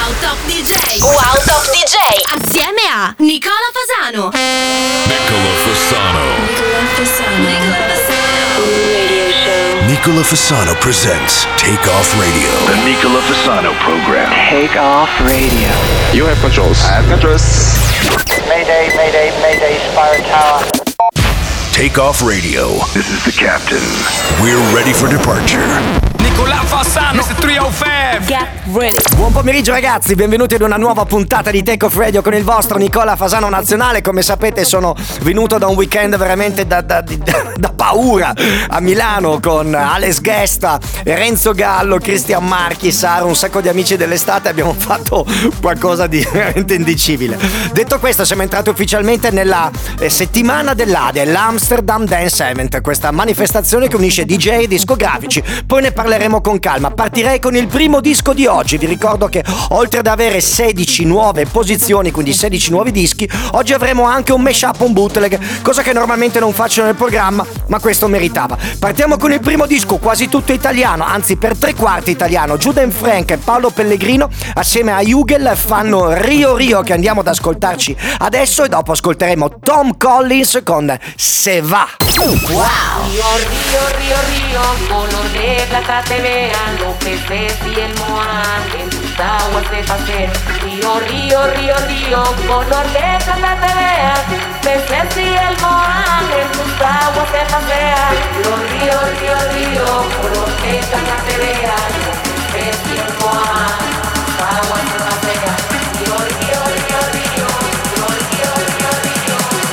Wow Top DJ. Wow Top DJ. Assieme a Nicola Fasano. Nicola Fasano. Radio show. Nicola Fasano presents Take Off Radio. The Nicola Fasano program. Take Off Radio. You have controls. I have controls. Mayday, mayday, mayday, Spire Tower. Take Off Radio. This is the captain. We're ready for departure. Nicola Fasano, Mr. 305. Get ready. Buon pomeriggio ragazzi, benvenuti ad una nuova puntata di Take Off Radio con il vostro Nicola Fasano Nazionale. Come sapete sono venuto da un weekend veramente da paura a Milano con Alex Gesta, Renzo Gallo, Cristian Marchi, Sara, un sacco di amici dell'estate. Abbiamo fatto qualcosa di veramente indicibile. Detto questo, siamo entrati ufficialmente nella settimana dell'ADE, l'Amsterdam Dance Event, questa manifestazione che unisce DJ e discografici. Poi ne parleremo con calma. Partirei con il primo disco di oggi. Vi ricordo che oltre ad avere 16 nuove posizioni, quindi 16 nuovi dischi, oggi avremo anche un mashup, un bootleg, cosa che normalmente non faccio nel programma, ma questo meritava. Partiamo con il primo disco, quasi tutto italiano, anzi per 3/4 italiano. Jude & Frank e Paolo Pellegrino assieme a Hugel fanno Rio Rio, che andiamo ad ascoltarci adesso, e dopo ascolteremo Tom Collins con Se Va. Río, río, río, río, color de plata te vean los peces y el moán en tus aguas de paseo. Río, río, río, río, color de plata te vean, peces y el moán en tus aguas de pasean. Río, río, río, color de plata te vean, peces y el moán en tus aguas de pasean. Río, río, río, río, río, río, río, río.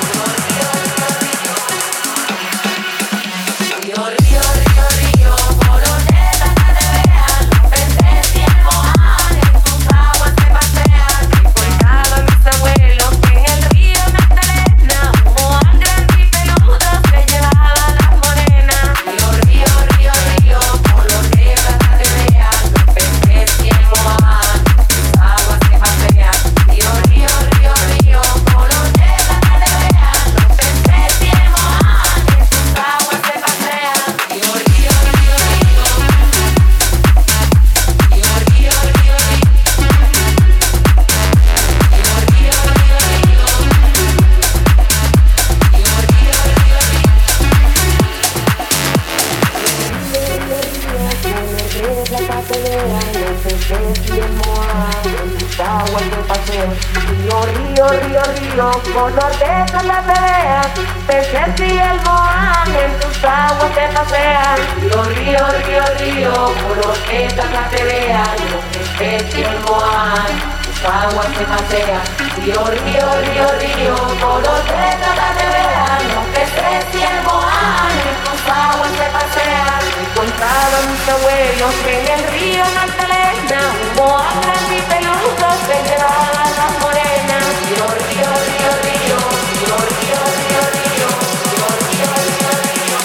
Color de plata te vean, peces y el moán en tus aguas te pasean. Río, río, río, río, color de plata te vean, peces y el moán en tus aguas te pasean. Río, río, río, río, color de plata te vean, peces y el moán en tus aguas te pasean. Contaban mis abuelos que en el río Magdalena un moán grande y peludo se llevaba a las morenas. Río, río, río, río, río, río, río, río, río, río, río, río.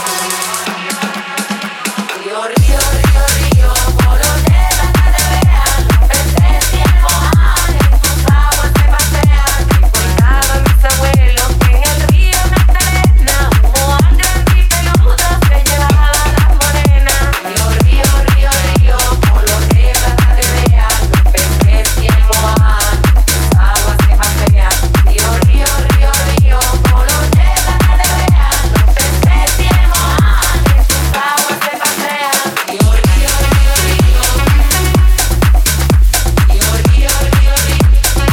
Río, río, río, río, color de plata te vean, peces y el moán en tus aguas te pasean. Contaban mis abuelos que en el río Magdalena un moán grande y peludo se llevaba a las morenas. Río, río, río, río, color de plata te vean, peces y el moán en tus aguas te pasean. Río, río, río, río, color de plata te vean, peces y el moán en tus aguas te pasean. Río, río, río, río. Río, río, río, río.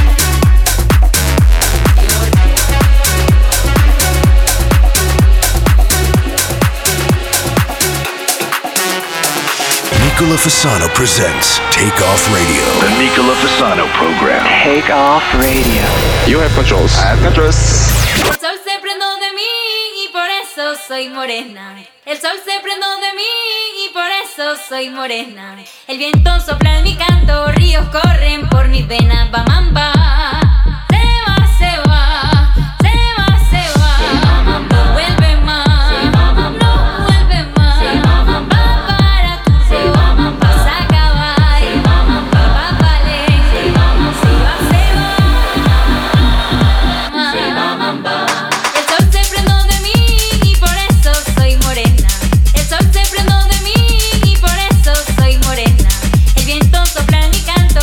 Nicola Fasano presents Take Off Radio. The Nicola Fasano program. Take Off Radio. You have controls. I have controls. El sol se prendó de mí y por eso soy morena. El sol se prendó de mí y por eso soy morena. El viento sopla en mi canto, ríos corren por mis venas. Bamamba. Se va, se va, se va, se va. No vuelve más, no vuelve más. Va para tu vas a acabar. Va a valer. Se va, se va. El sol se prendó de mí y por eso soy morena. El sol se prendó de mí y por eso soy morena. El viento sopla en mi canto.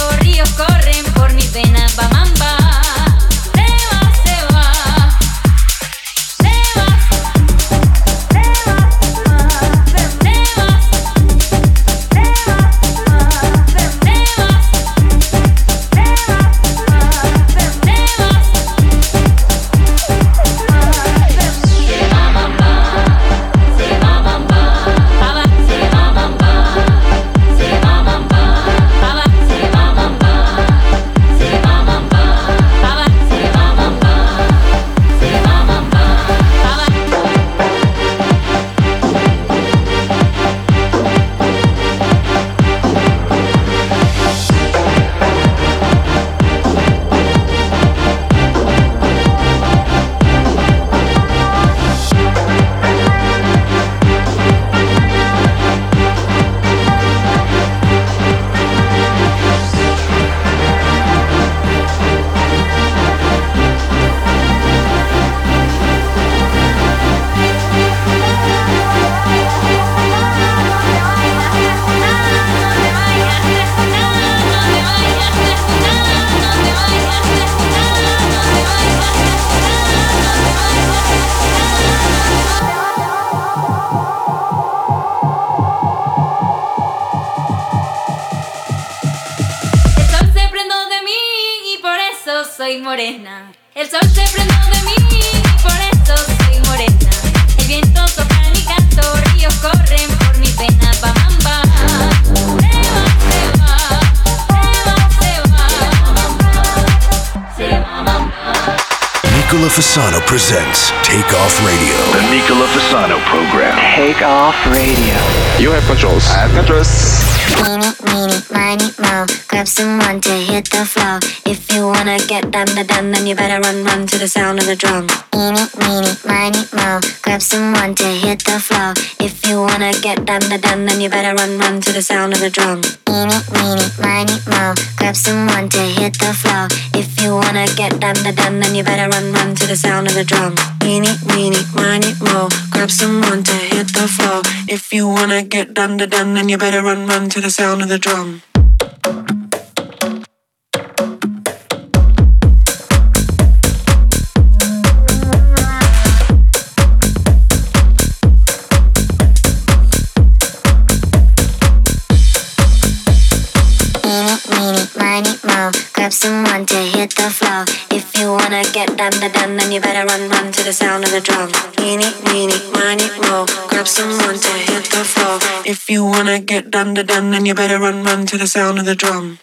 soy morena. El sol se prendó de mí y por eso soy morena. El viento sopla en mi canto, ríos corren por mis venas. Bam, bam, bam. Se va. Nicola Fasano presents Take Off Radio. The Nicola Fasano program. Take Off Radio. You have controls. I have controls. Eeny, meeny, miny, moe. Grab someone to hit the floor. If you wanna get done, then you better run to the sound of the drum. Eeny, meeny, miny, moe. Grab someone to hit the floor. If you wanna get done, then you better run to the sound of the drum. Eeny, meeny, miny, moe. Grab someone to hit the floor. If you wanna get done, then you better run to the sound of the drum. Eeny, meeny, miny, moe. Grab someone to hit the floor. If you wanna get done, then you better run to the sound of the drum. Grab someone to hit the floor. If you wanna get done, then you better run to the sound of the drum. Eeny, meeny, miny, moe. Grab someone to hit the floor. If you wanna get done, then you better run to the sound of the drum.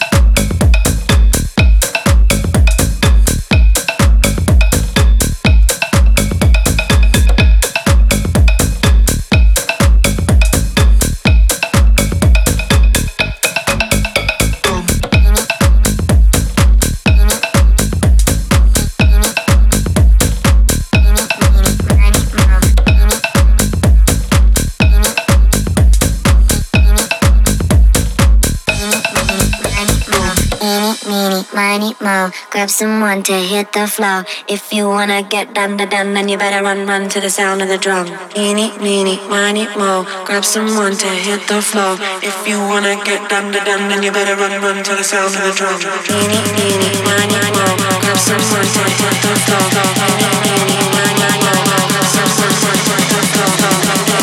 Miny, moe. Grab someone to hit the floor. If you wanna get done, then you better run to the sound of the drum. Eeny, meeny, miny, moe. Grab someone to hit the floor. If you wanna get done, then you better run to the sound of the drum. Eeny, meeny, miny, moe. Grab someone to hit the floor. Eeny, meeny, miny, moe. Grab someone to hit the floor.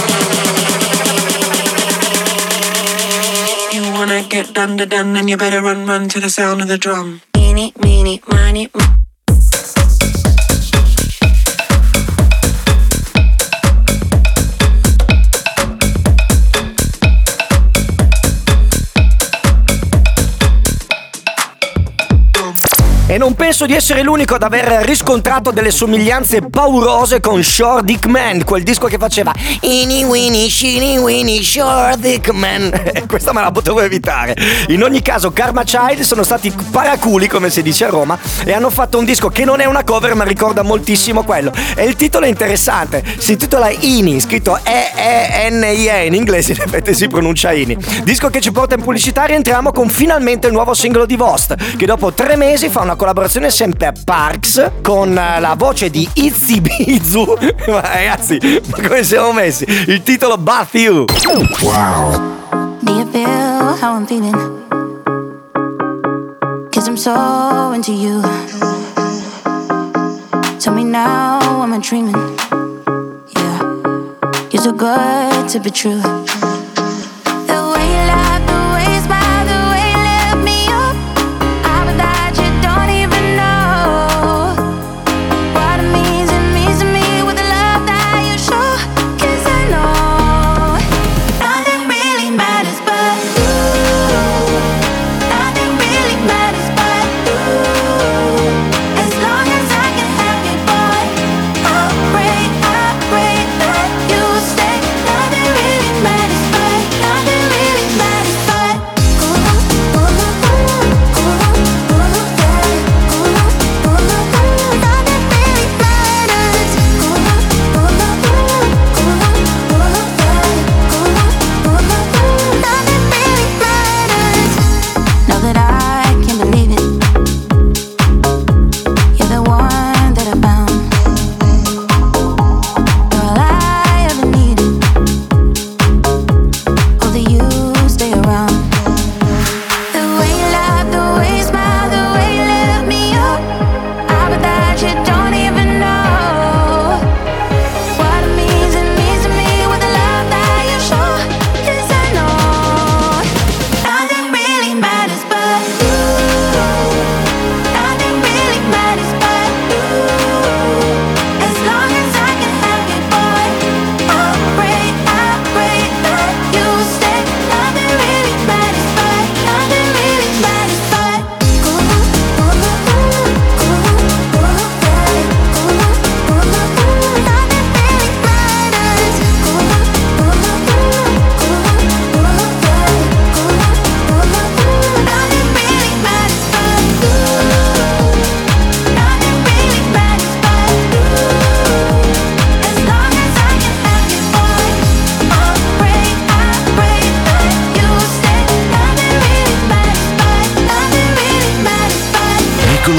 If you wanna get done, then you better run to the sound of the drum. Eeny, meeny, miny, moe. E non penso di essere l'unico ad aver riscontrato delle somiglianze paurose con Sure Dick Man, quel disco che faceva Eeny Weeny Sheeny Weeny Sure Dick Man. Questa me la potevo evitare. In ogni caso Karma Child sono stati paraculi, come si dice a Roma, e hanno fatto un disco che non è una cover ma ricorda moltissimo quello. E il titolo è interessante, si intitola Eeny, scritto E-E-N-I-E, in inglese in effetti si pronuncia Eeny. Disco che ci porta in pubblicità. Rientriamo con finalmente il nuovo singolo di Vost, che dopo 3 mesi fa una collaborazione sempre a Parks con la voce di Itzy Bizu. Ma ragazzi, ma come siamo messi? Il titolo Bath You. Wow. Do you feel how I'm feeling? 'Cause I'm so into you. Tell me now, am I dreaming? Yeah, you're so good to be true. The way you laugh, the way you smile, the way you lift me up. I without you don't even know what it means to me with the love that you show. 'Cause I know nothing really matters but you. Nothing really matters but you. As long as I can have you, boy, I'll pray that you stay. Nothing really matters.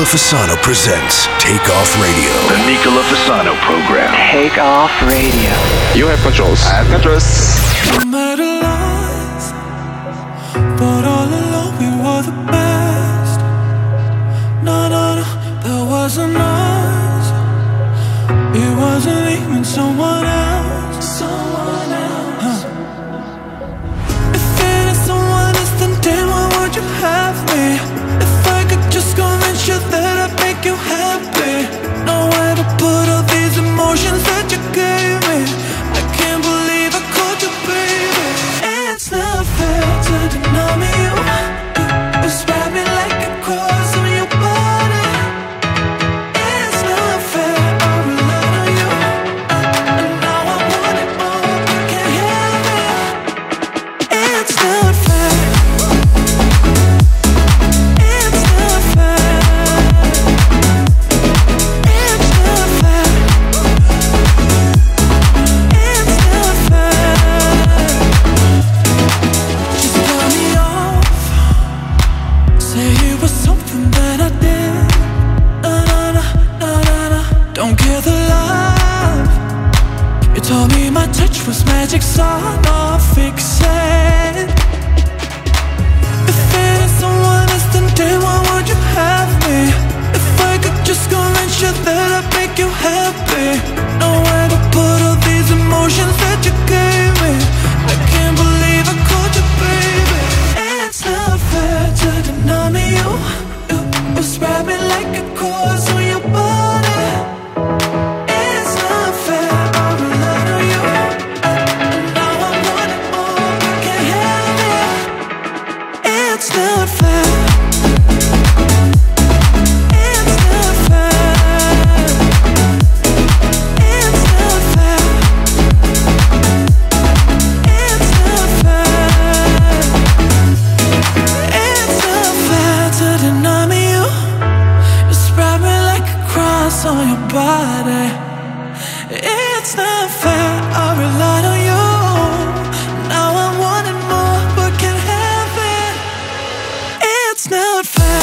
Fasano presents Take Off Radio. The Nicola Fasano program. Take Off Radio. You have controls. I have controls. We made a lies, but all along we were the best. No, no, no, that wasn't us. It wasn't even someone else. Someone else. If it is someone else, then damn, why would you have me? If I could just convince you that I'd make you happy. Nowhere to put all these emotions that you gave me. I can't believe I called you baby. It's not fair to deny me you. You wrap me like a cross on your body. It's not fair, I rely on you. And now I want it more, I can't have it. It's not fair. It's not fair. It's not fair. It's not fair. Just cut me off. Say it was something that I did. Na na na na na na. Don't kill the love. You told me my touch was magic, so I'll fix it. If it is someone else, then damn, why would you have me? If I could just convince you that I'd make you happy. Nowhere to put all these emotions that you gave me. I can't believe I called you baby. It's not fair to deny me you. You wrap me like a cross on your body. It's not fair, I rely on you. And now I want it more, I can't have it. It's not fair. It's not fair. It's not fair. It's not fair. It's not fair to deny me you. You spread me like a cross on your body. It's not fair, I relied on you. Now I want it more, but can't have it. It's not fair.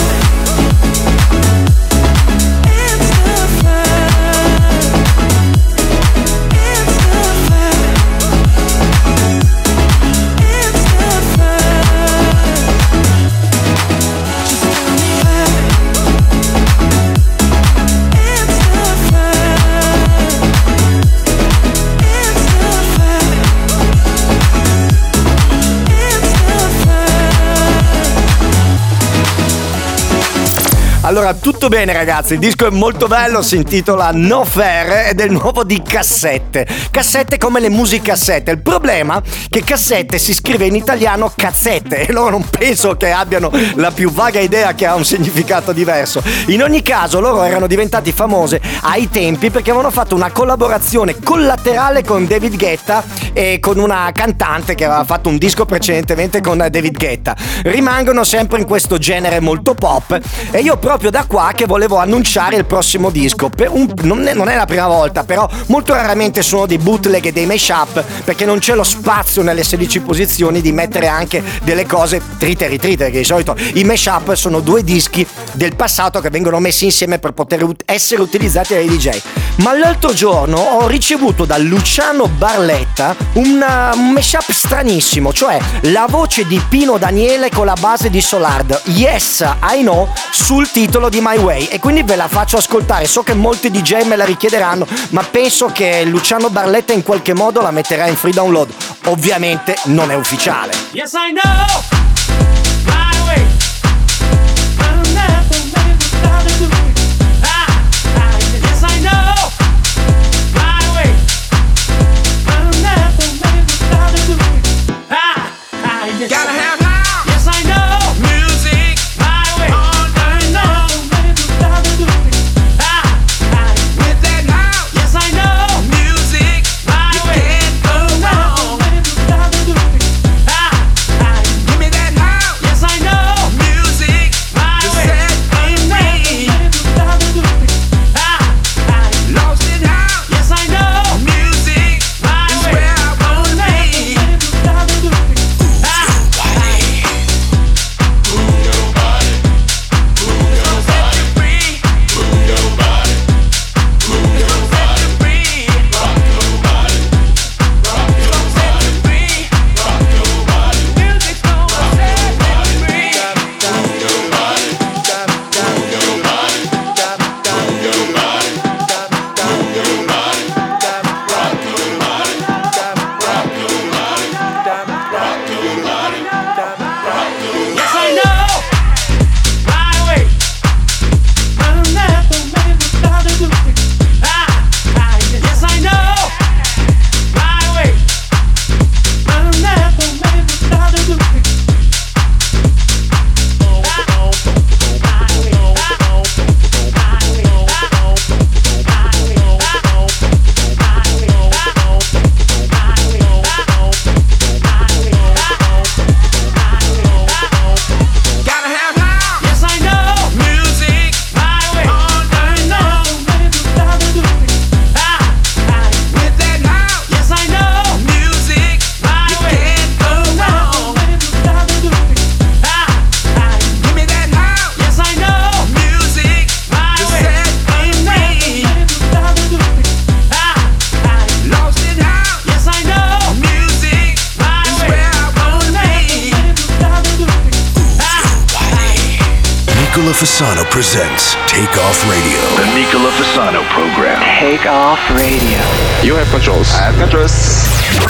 It's not fair. It's not fair. It's not fair. Just tell me fair. It's not fair. It's not fair. It's not fair. Allora, tutto bene ragazzi, il disco è molto bello, si intitola No Fair ed è il nuovo di Cassette. Cassette come le musicassette. Il problema è che Cassette si scrive in italiano cazzette e loro non penso che abbiano la più vaga idea che ha un significato diverso. In ogni caso loro erano diventati famose ai tempi perché avevano fatto una collaborazione collaterale con David Guetta e con una cantante che aveva fatto un disco precedentemente con David Guetta. Rimangono sempre in questo genere molto pop e io proprio da qua che volevo annunciare il prossimo disco. Non è la prima volta, però molto raramente sono dei bootleg e dei mashup perché non c'è lo spazio nelle 16 posizioni di mettere anche delle cose trite e ritrite, perché di solito i mashup sono due dischi del passato che vengono messi insieme per poter essere utilizzati dai DJ. Ma l'altro giorno ho ricevuto da Luciano Barletta un mashup stranissimo, cioè la voce di Pino Daniele con la base di Soulard, Yes I Know, sul titolo di My Way, e quindi ve la faccio ascoltare. So che molti DJ me la richiederanno, ma penso che Luciano Barletta in qualche modo la metterà in free download. Ovviamente non è ufficiale. Yes, I know. Right away. I don't have to make it without a do it. Yes, I know. Right away. I don't have to make it without a do it. Yes, gotta have now. Yes, I know. Music. Right away. I know. Make it without a do it. With that now. Yes, I know. Music. Right away. You can't go wrong. Make it without a do it. Give me that. Nicola Fasano presents Take Off Radio. The Nicola Fasano program. Take Off Radio. You have controls. I have controls.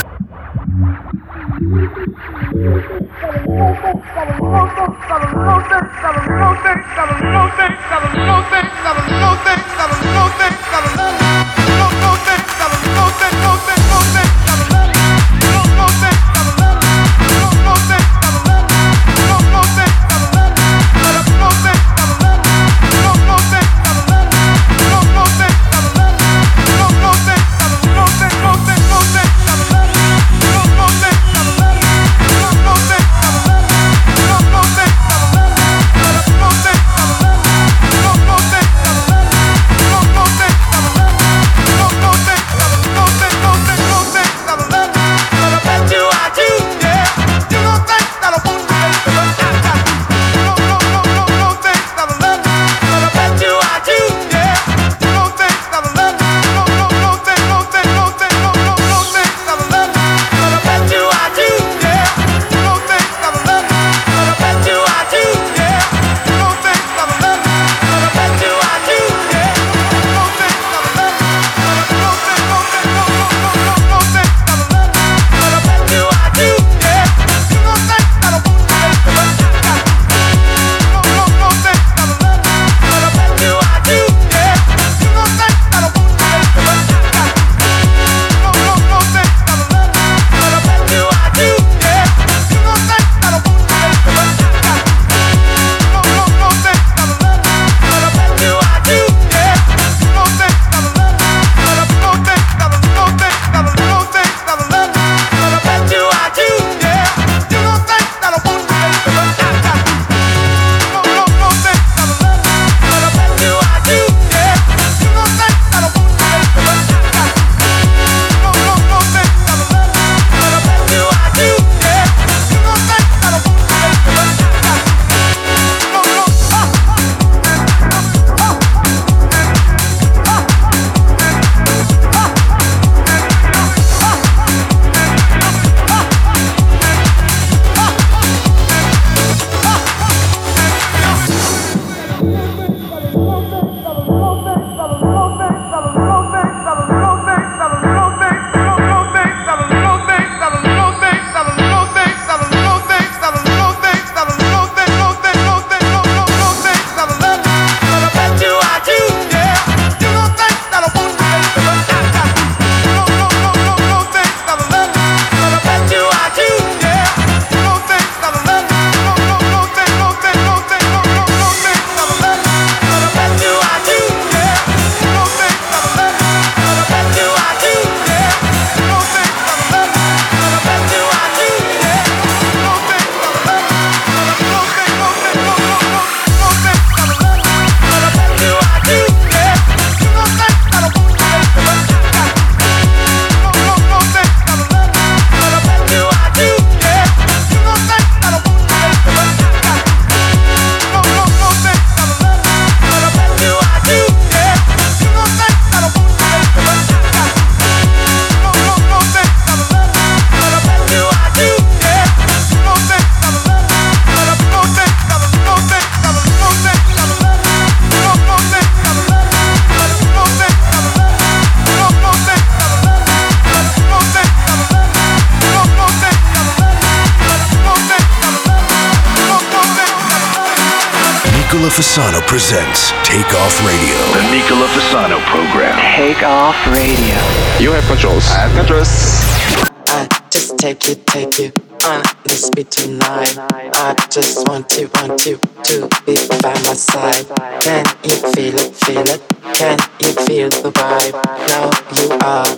Nicola Fasano presents Take Off Radio. The Nicola Fasano program. Take Off Radio. You have controls. I have controls. I just take you on this beat tonight. I just want you to be by my side. Can you feel it? Can you feel the vibe? Now you are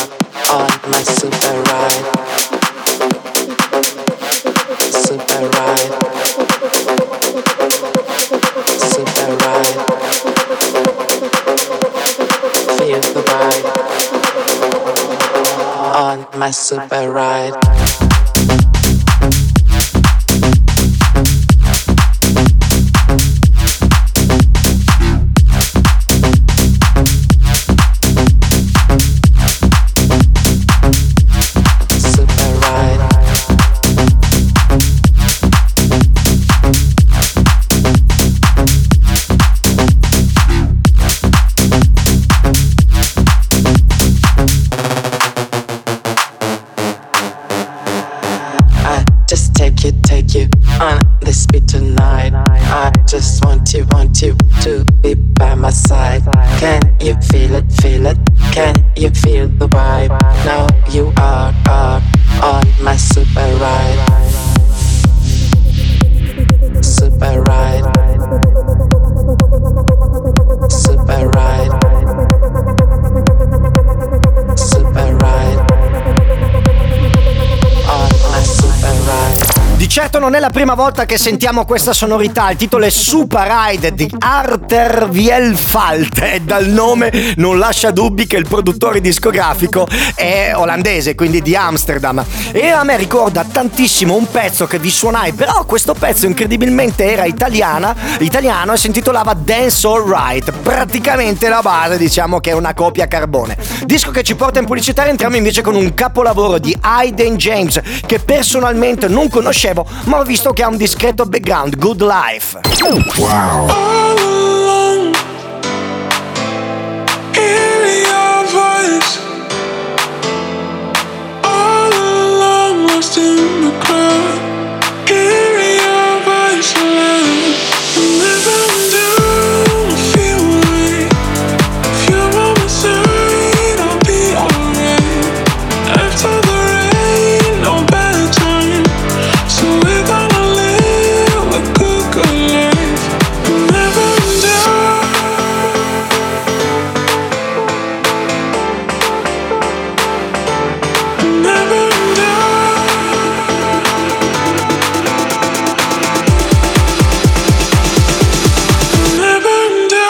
on my super ride. Super ride. Super ride. Feel the vibe on my super ride. want you to be by my side. Can you feel it, feel it? Can you feel the vibe? Now you are on my super ride. Super ride. Super ride. Super ride. On my super ride. Di certo non è la prima volta che sentiamo questa sonorità. Il titolo è Super Ride di Arter Vielfalt e dal nome non lascia dubbi che il produttore discografico è olandese, quindi di Amsterdam. E a me ricorda tantissimo un pezzo che vi suonai, però questo pezzo incredibilmente era italiano e si intitolava Dance All Right. Praticamente la base, diciamo che è una copia carbone. Disco che ci porta in pubblicità. Entriamo invece con un capolavoro di Hayden James che personalmente non conoscevo, ma ho visto che ha un discreto background. Good Life. Wow. All alone, hear your voice. All alone, lost in the crowd. Hear your voice alone. Never down, I feel like if you're by my side, I'll be alright. After the rain, no bad time. So we're gonna live a good life. Never down. Never down. Never down.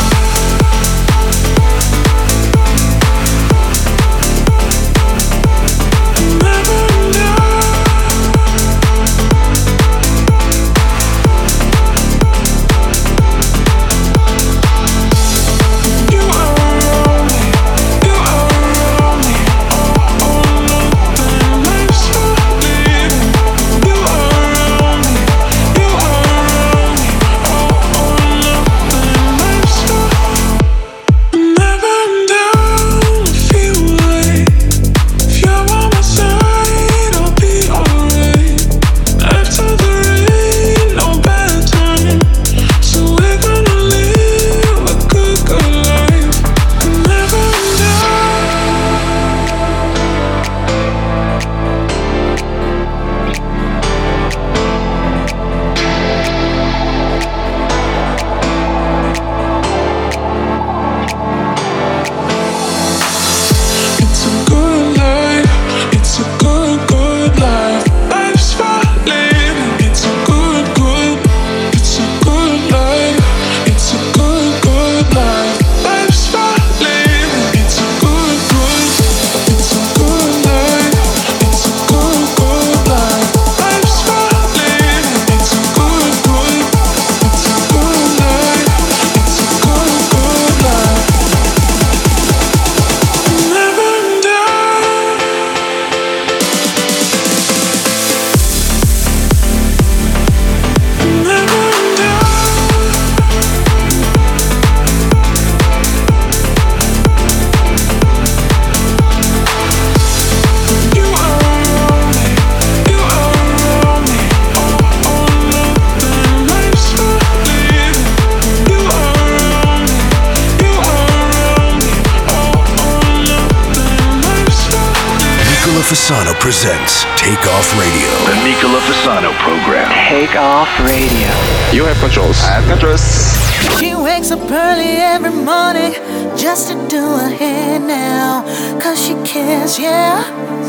Fasano presents Take Off Radio. The Nicola Fasano program. Take Off Radio. You have controls. I have controls. She wakes up early every morning just to do her hair now, 'cause she cares, yeah.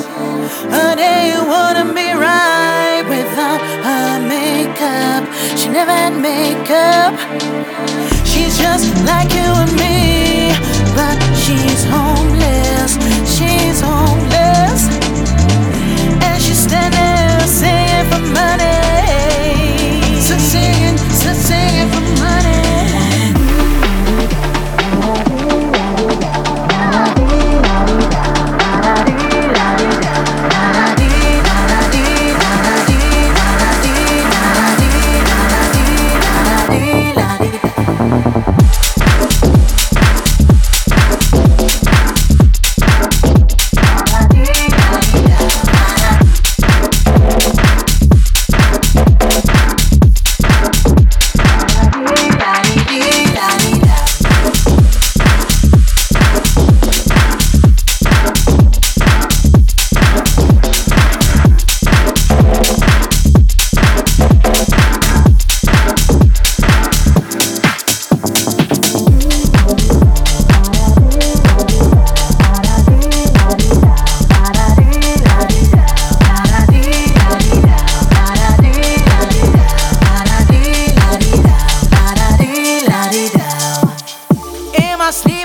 Her day wouldn't be right without her makeup. She never had makeup. She's just like you and me, but she's homeless. She's homeless. And she's standing there singing for money. So singing for money.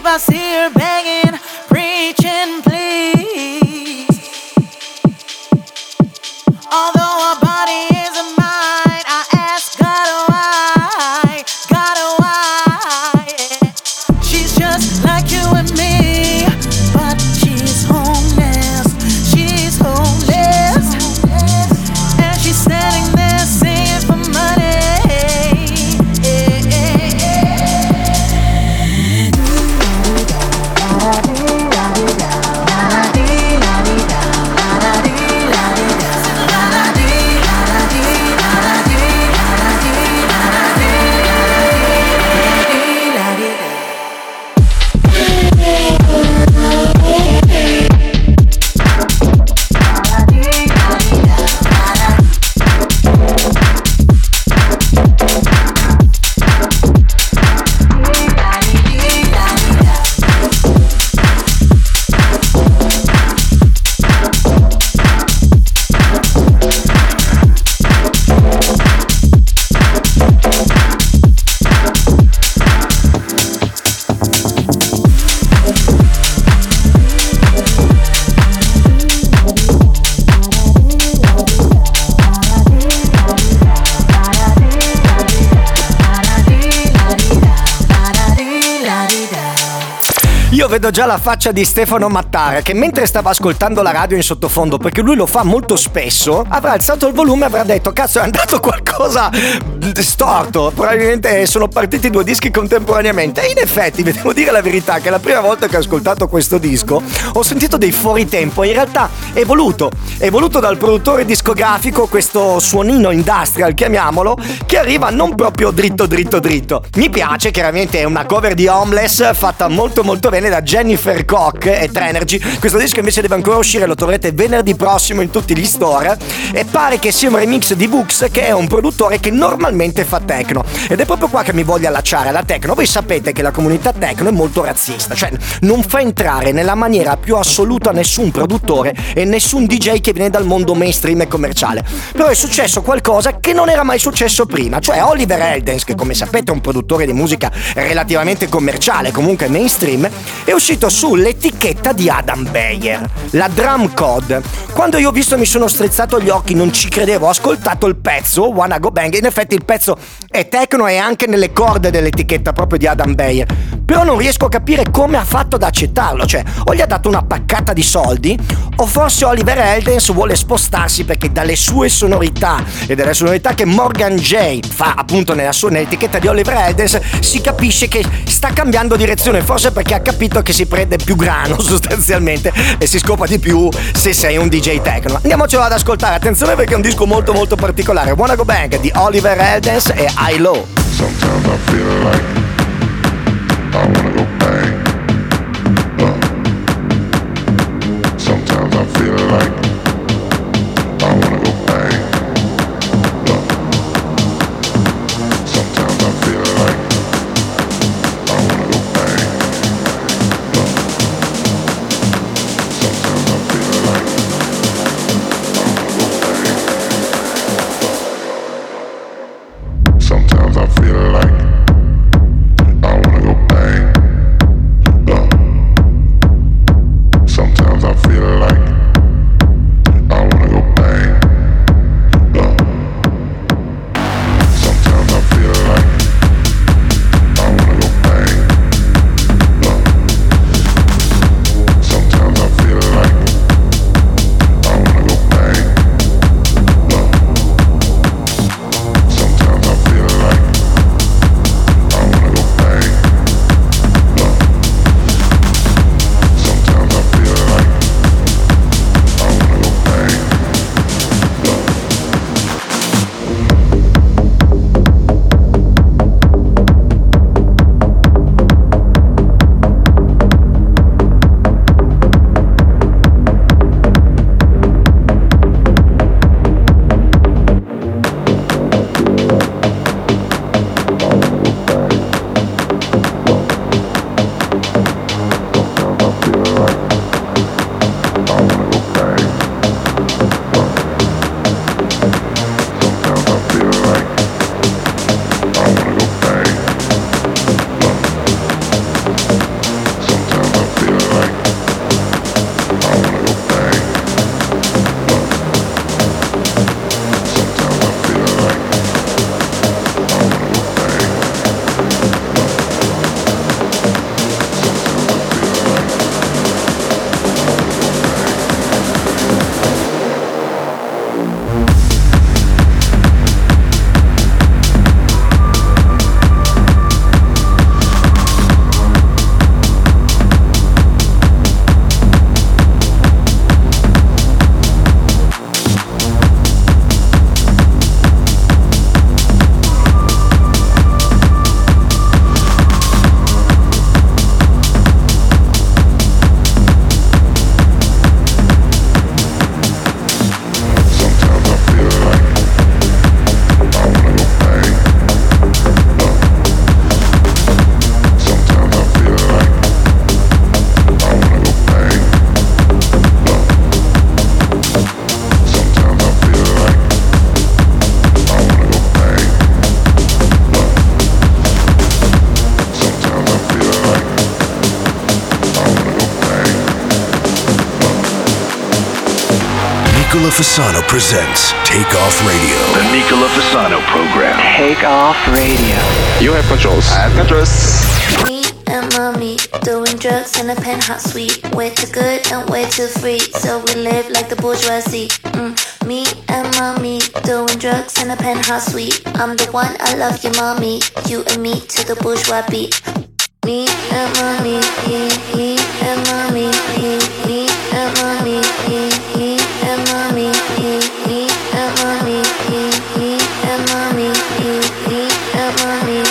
I see her begging, preaching, please. Although her body isn't mine, I ask God why, God why. She's just like you and me, but she's homeless, she's homeless. And she's standing there singing for money. Io vedo già la faccia di Stefano Mattara che mentre stava ascoltando la radio in sottofondo, perché lui lo fa molto spesso, avrà alzato il volume e avrà detto: cazzo, è andato qualcosa storto, probabilmente sono partiti due dischi contemporaneamente. E in effetti vi devo dire la verità che la prima volta che ho ascoltato questo disco ho sentito dei fuoritempo. In realtà è voluto dal produttore discografico, questo suonino industrial, chiamiamolo, che arriva non proprio dritto. Mi piace, chiaramente è una cover di Homeless fatta molto molto bene da Jennifer Koch e Trenergy. Questo disco invece deve ancora uscire, lo troverete venerdì prossimo in tutti gli store, e pare che sia un remix di Vux, che è un produttore che normalmente fa techno, ed è proprio qua che mi voglio allacciare alla techno. Voi sapete che la comunità techno è molto razzista, cioè non fa entrare nella maniera più assoluta nessun produttore e nessun DJ che viene dal mondo mainstream e commerciale. Però è successo qualcosa che non era mai successo prima, cioè Oliver Heldens, che come sapete è un produttore di musica relativamente commerciale, comunque mainstream, è uscito sull'etichetta di Adam Beyer, la Drum Code. Quando io ho visto mi sono strizzato gli occhi, non ci credevo, ho ascoltato il pezzo Wanna Go Bang, in effetti il pezzo è techno e anche nelle corde dell'etichetta proprio di Adam Beyer, però non riesco a capire come ha fatto ad accettarlo, cioè o gli ha dato una paccata di soldi o forse Oliver Heldens vuole spostarsi, perché dalle sue sonorità e dalle sonorità che Morgan J fa appunto nell'etichetta di Oliver Heldens si capisce che sta cambiando direzione, forse perché ha capito che si prende più grano sostanzialmente e si scopa di più se sei un DJ techno. Andiamocelo ad ascoltare, attenzione perché è un disco molto molto particolare. Wanna Go Bang di Oliver Heldens e I-Lo. Sometimes I feel like I wanna go bang. Sometimes I feel like I wanna go bang. Sometimes I feel like I wanna go bang. Sometimes I feel like I wanna go bang. Sometimes I feel like Nicola Fasano presents Take Off Radio. The Nicola Fasano program. Take Off Radio. You have controls. I have controls. Me and mommy doing drugs in a penthouse suite. Way too good and way too free, so we live like the bourgeoisie. Me and mommy doing drugs in a penthouse suite. I'm the one, I love you, mommy. You and me to the bourgeois beat. Me and mommy, me and mommy, me and mommy, me and mommy, me and mommy, me and mommy, me and mommy.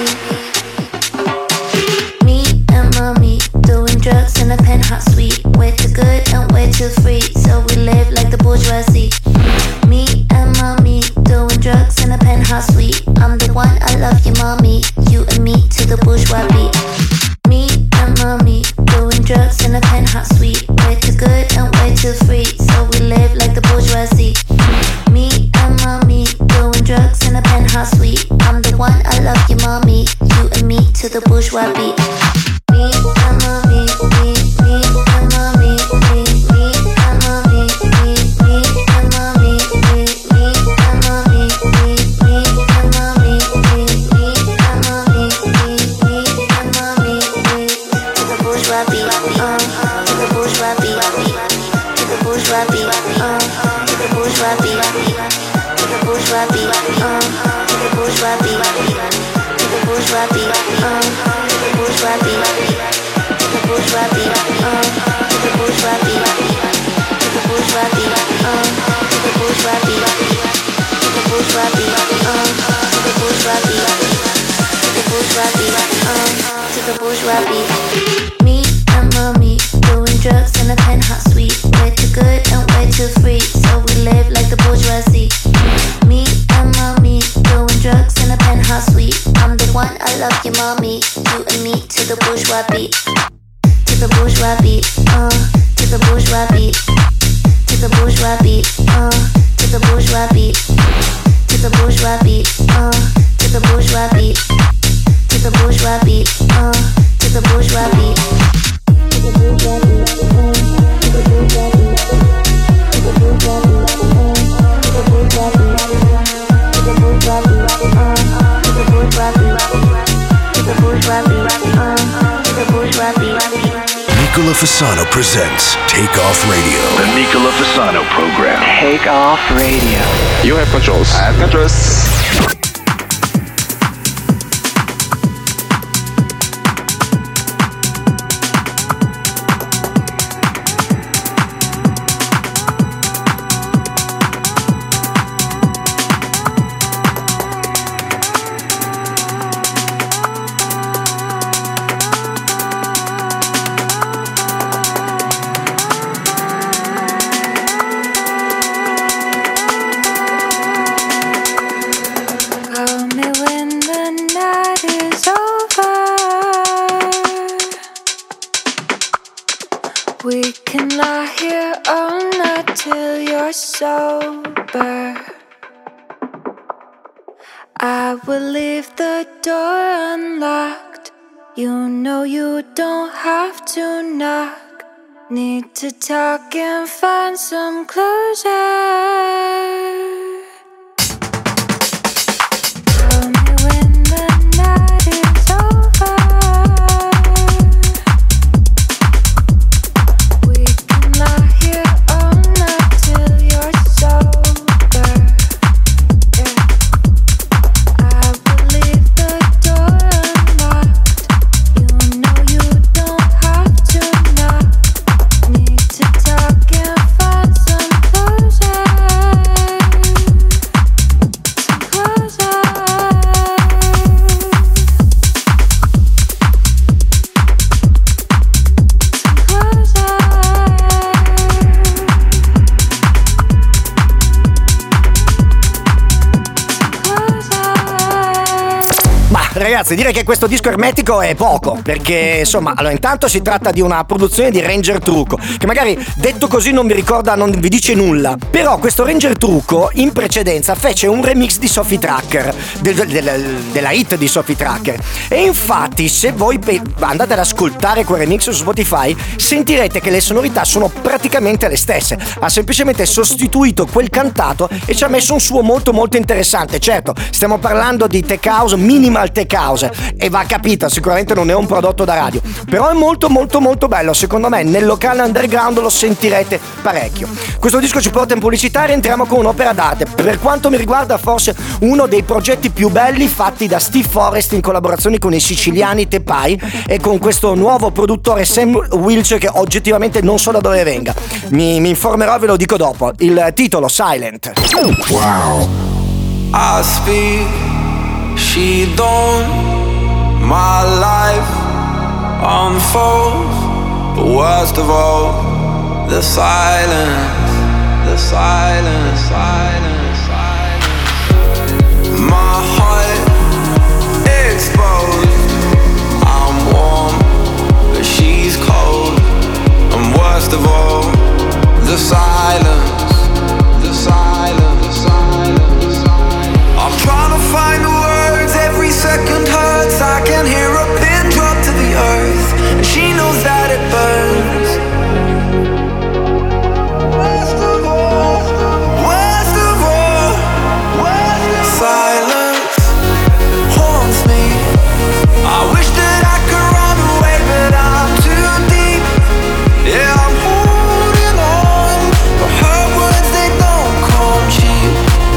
Me and mommy doing drugs in a penthouse suite. Way too good and way too free, so we live like the bourgeoisie. Me and mommy doing drugs in a penthouse suite. I'm the one, I love you, mommy. You and me to the bourgeois beat. Me and mommy doing drugs in a penthouse suite. Way too good and way too free, so we live like the bourgeoisie. Me and mommy doing drugs in a penthouse suite. I'm the one, I love you, mommy. You and me to the bourgeois beat. Me and mommy, me and mommy, me and mommy, me and mommy, me and mommy, me and mommy, me and mommy, me and mommy, to the bourgeois beat, to the bourgeois beat, to the bourgeois beat, to the bourgeois beat, to the bourgeois beat, to the bourgeois beat, to the bourgeois beat, to the bourgeois beat, to the bourgeois beat, to the bourgeois beat, to the bourgeois beat, to the bourgeois beat, to the bourgeois beat, to the bourgeois beat, to the bourgeois beat, to the bourgeois beat. Me and mommy doing drugs in a penthouse suite. Way too good and way too free, so we live like the bourgeoisie. Me and mommy doing drugs in a penthouse suite. I'm the one, I love you, mommy. You and me to the bourgeois beat. To the bourgeois beat, to the bourgeois beat, to the bourgeois beat, to the bourgeois beat, to the bourgeois beat, to the bourgeois beat, to the bourgeois beat, to the bourgeois beat, to the bourgeois beat, to the bourgeois beat, to the bourgeois beat, to the bourgeois beat, to the bourgeois beat, to the bourgeois beat, to the bourgeois beat, to the bourgeois beat. Nicola Fasano presents Take Off Radio. The Nicola Fasano program. Take Off Radio. You have controls. I have controls. We can lie here all night till you're sober. I will leave the door unlocked. You know you don't have to knock. Need to talk and find some closure. Need to talk and find some closure. Ragazzi, dire che questo disco ermetico è poco, perché insomma, allora intanto si tratta di una produzione di Ranger Trucco, che magari detto così non vi ricorda, non vi dice nulla. Però questo Ranger Trucco in precedenza fece un remix di Sophie Tucker, della hit di Sophie Tucker. E infatti se voi andate ad ascoltare quel remix su Spotify, sentirete che le sonorità sono praticamente le stesse. Ha semplicemente sostituito quel cantato e ci ha messo un suo molto molto interessante. Certo, stiamo parlando di tech house, minimal tech house, e va capita, sicuramente non è un prodotto da radio, però è molto molto molto bello. Secondo me nel locale underground lo sentirete parecchio. Questo disco ci porta in pubblicità e entriamo con un'opera d'arte, per quanto mi riguarda forse uno dei progetti più belli fatti da Steve Forrest in collaborazione con i siciliani Tepai e con questo nuovo produttore Sam Wilce, che oggettivamente non so da dove venga. Mi informerò e ve lo dico dopo. Il titolo Silent. Wow. I speak, she don't, my life unfolds, but worst of all, the silence, the silence, silence, silence. My heart exposed, I'm warm, but she's cold, and worst of all, the silence, the silence, the silence, the silence. I'm trying to find the words, every second hurts. I can hear a pin drop to the earth, and she knows that it burns. Worst of all, worst of all, silence haunts me. I wish that I could run away, but I'm too deep. Yeah, I'm holding on, but her words, they don't come cheap.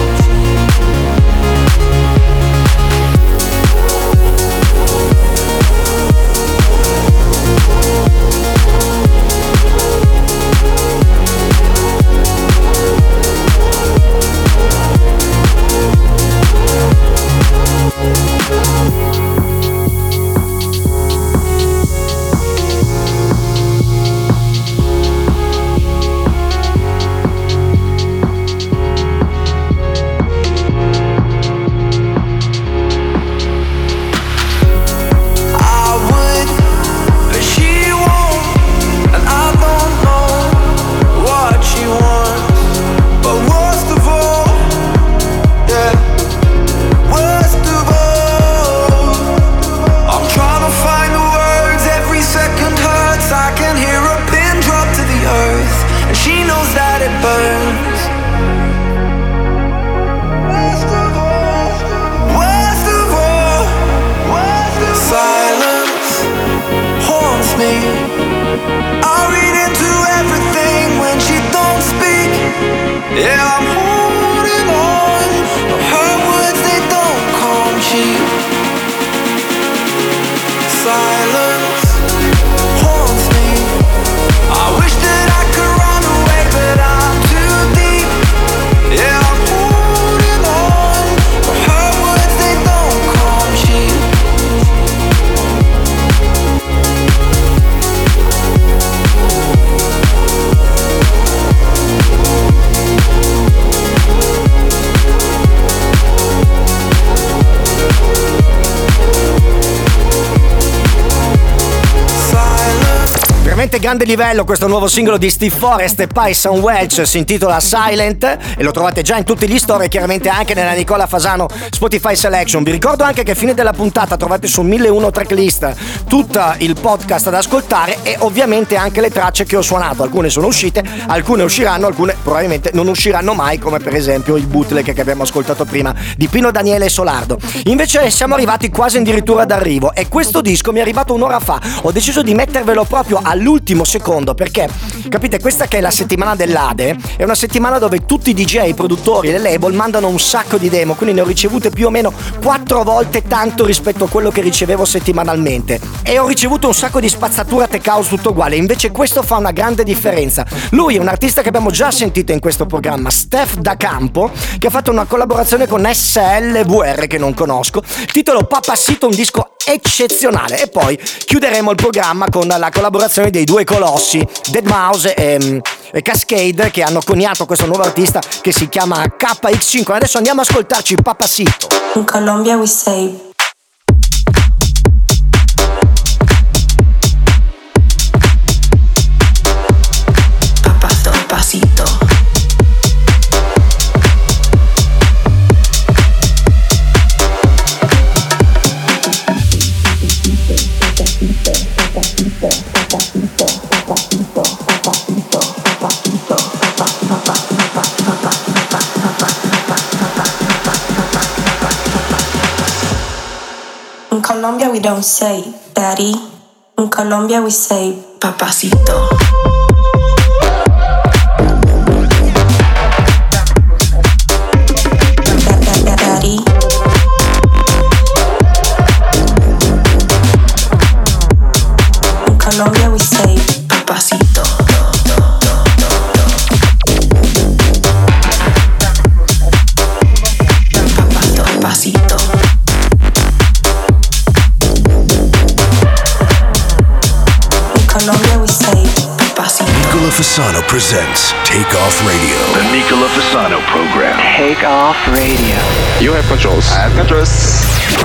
Grande livello questo nuovo singolo di Steve Forrest e Sam Welch, si intitola Silent e lo trovate già in tutti gli store e chiaramente anche nella Nicola Fasano Spotify Selection. Vi ricordo anche che a fine della puntata trovate su 1001 tracklist tutto il podcast da ascoltare e ovviamente anche le tracce che ho suonato. Alcune sono uscite, alcune usciranno, alcune probabilmente non usciranno mai, come per esempio il bootleg che abbiamo ascoltato prima di Pino Daniele Solardo. Invece siamo arrivati quasi addirittura d'arrivo e questo disco mi è arrivato un'ora fa. Ho deciso di mettervelo proprio all'ultimo secondo perché, capite, questa che è la settimana dell'Ade è una settimana dove tutti i DJ, i produttori e le label mandano un sacco di demo, quindi ne ho ricevute più o meno 4 volte tanto rispetto a quello che ricevevo settimanalmente e ho ricevuto un sacco di spazzatura tech house tutto uguale. Invece questo fa una grande differenza. Lui è un artista che abbiamo già sentito in questo programma, Steph Da Campo, che ha fatto una collaborazione con SLVR che non conosco, titolo Papacito, un disco eccezionale. E poi chiuderemo il programma con la collaborazione dei due colossi Deadmau5 e Cascade, che hanno coniato questo nuovo artista che si chiama KX5. Adesso andiamo a ascoltarci Papacito. In Colombia we say don't say daddy. In Colombia we say papacito. Daddy. In Colombia we say papacito. Papacito. Colombia we say papacito. Nicola Fasano presents Take Off Radio. The Nicola Fasano program. Take Off Radio. You have controls. I have controls.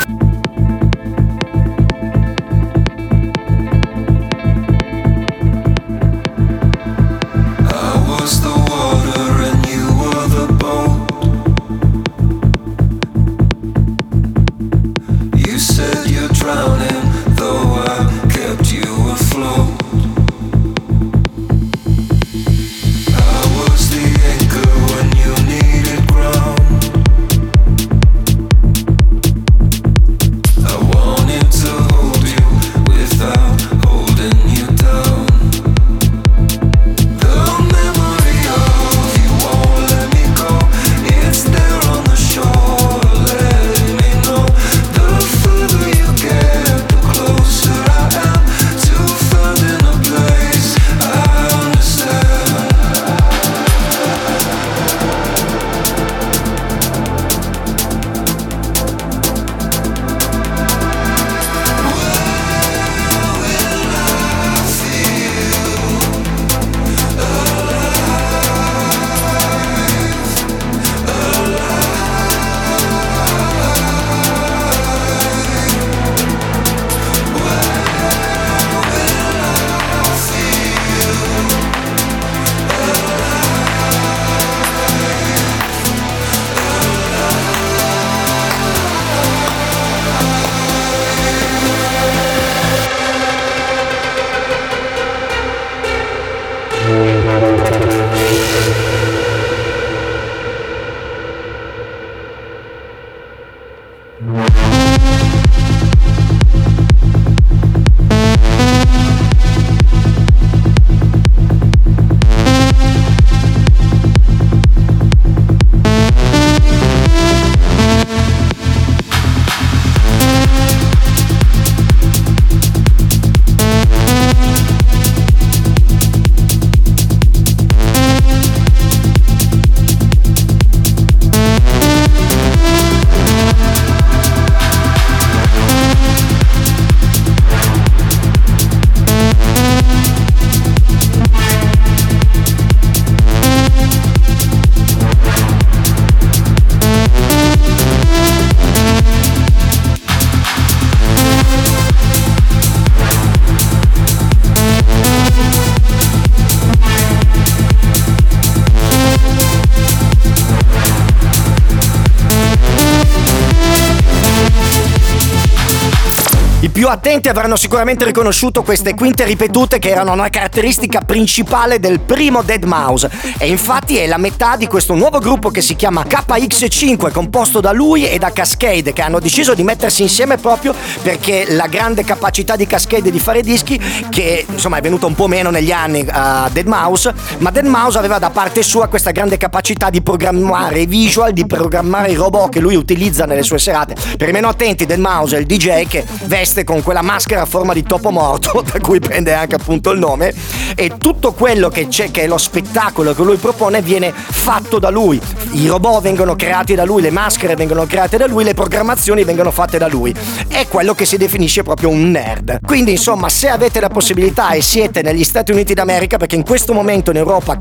Più attenti avranno sicuramente riconosciuto queste quinte ripetute che erano una caratteristica principale del primo Deadmau5, e infatti è la metà di questo nuovo gruppo che si chiama KX5, composto da lui e da Kaskade, che hanno deciso di mettersi insieme proprio perché la grande capacità di Kaskade di fare dischi, che insomma è venuta un po' meno negli anni a Deadmau5, ma Deadmau5 aveva da parte sua questa grande capacità di programmare i visual, di programmare i robot che lui utilizza nelle sue serate. Per i meno attenti, Deadmau5 è il DJ che veste con quella maschera a forma di topo morto, da cui prende anche appunto il nome, e tutto quello che c'è, che è lo spettacolo che lui propone, viene fatto da lui. I robot vengono creati da lui, le maschere vengono create da lui, le programmazioni vengono fatte da lui. È quello che si definisce proprio un nerd. Quindi insomma, se avete la possibilità e siete negli Stati Uniti d'America, perché in questo momento in Europa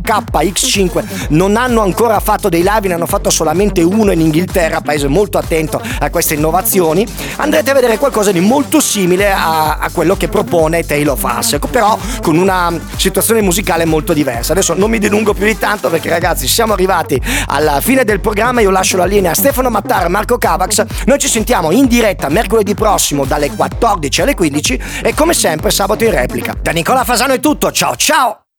KX5 non hanno ancora fatto dei live, ne hanno fatto solamente uno in Inghilterra, paese molto attento a queste innovazioni, andrete a vedere qualcosa di molto simile a quello che propone Tale of Us, però con una situazione musicale molto diversa. Adesso non mi dilungo più di tanto, perché ragazzi siamo arrivati alla fine del programma. Io lascio la linea a Stefano Mattara, Marco Cavax. Noi ci sentiamo in diretta mercoledì prossimo dalle 14 alle 15 e come sempre sabato in replica. Da Nicola Fasano è tutto, ciao ciao!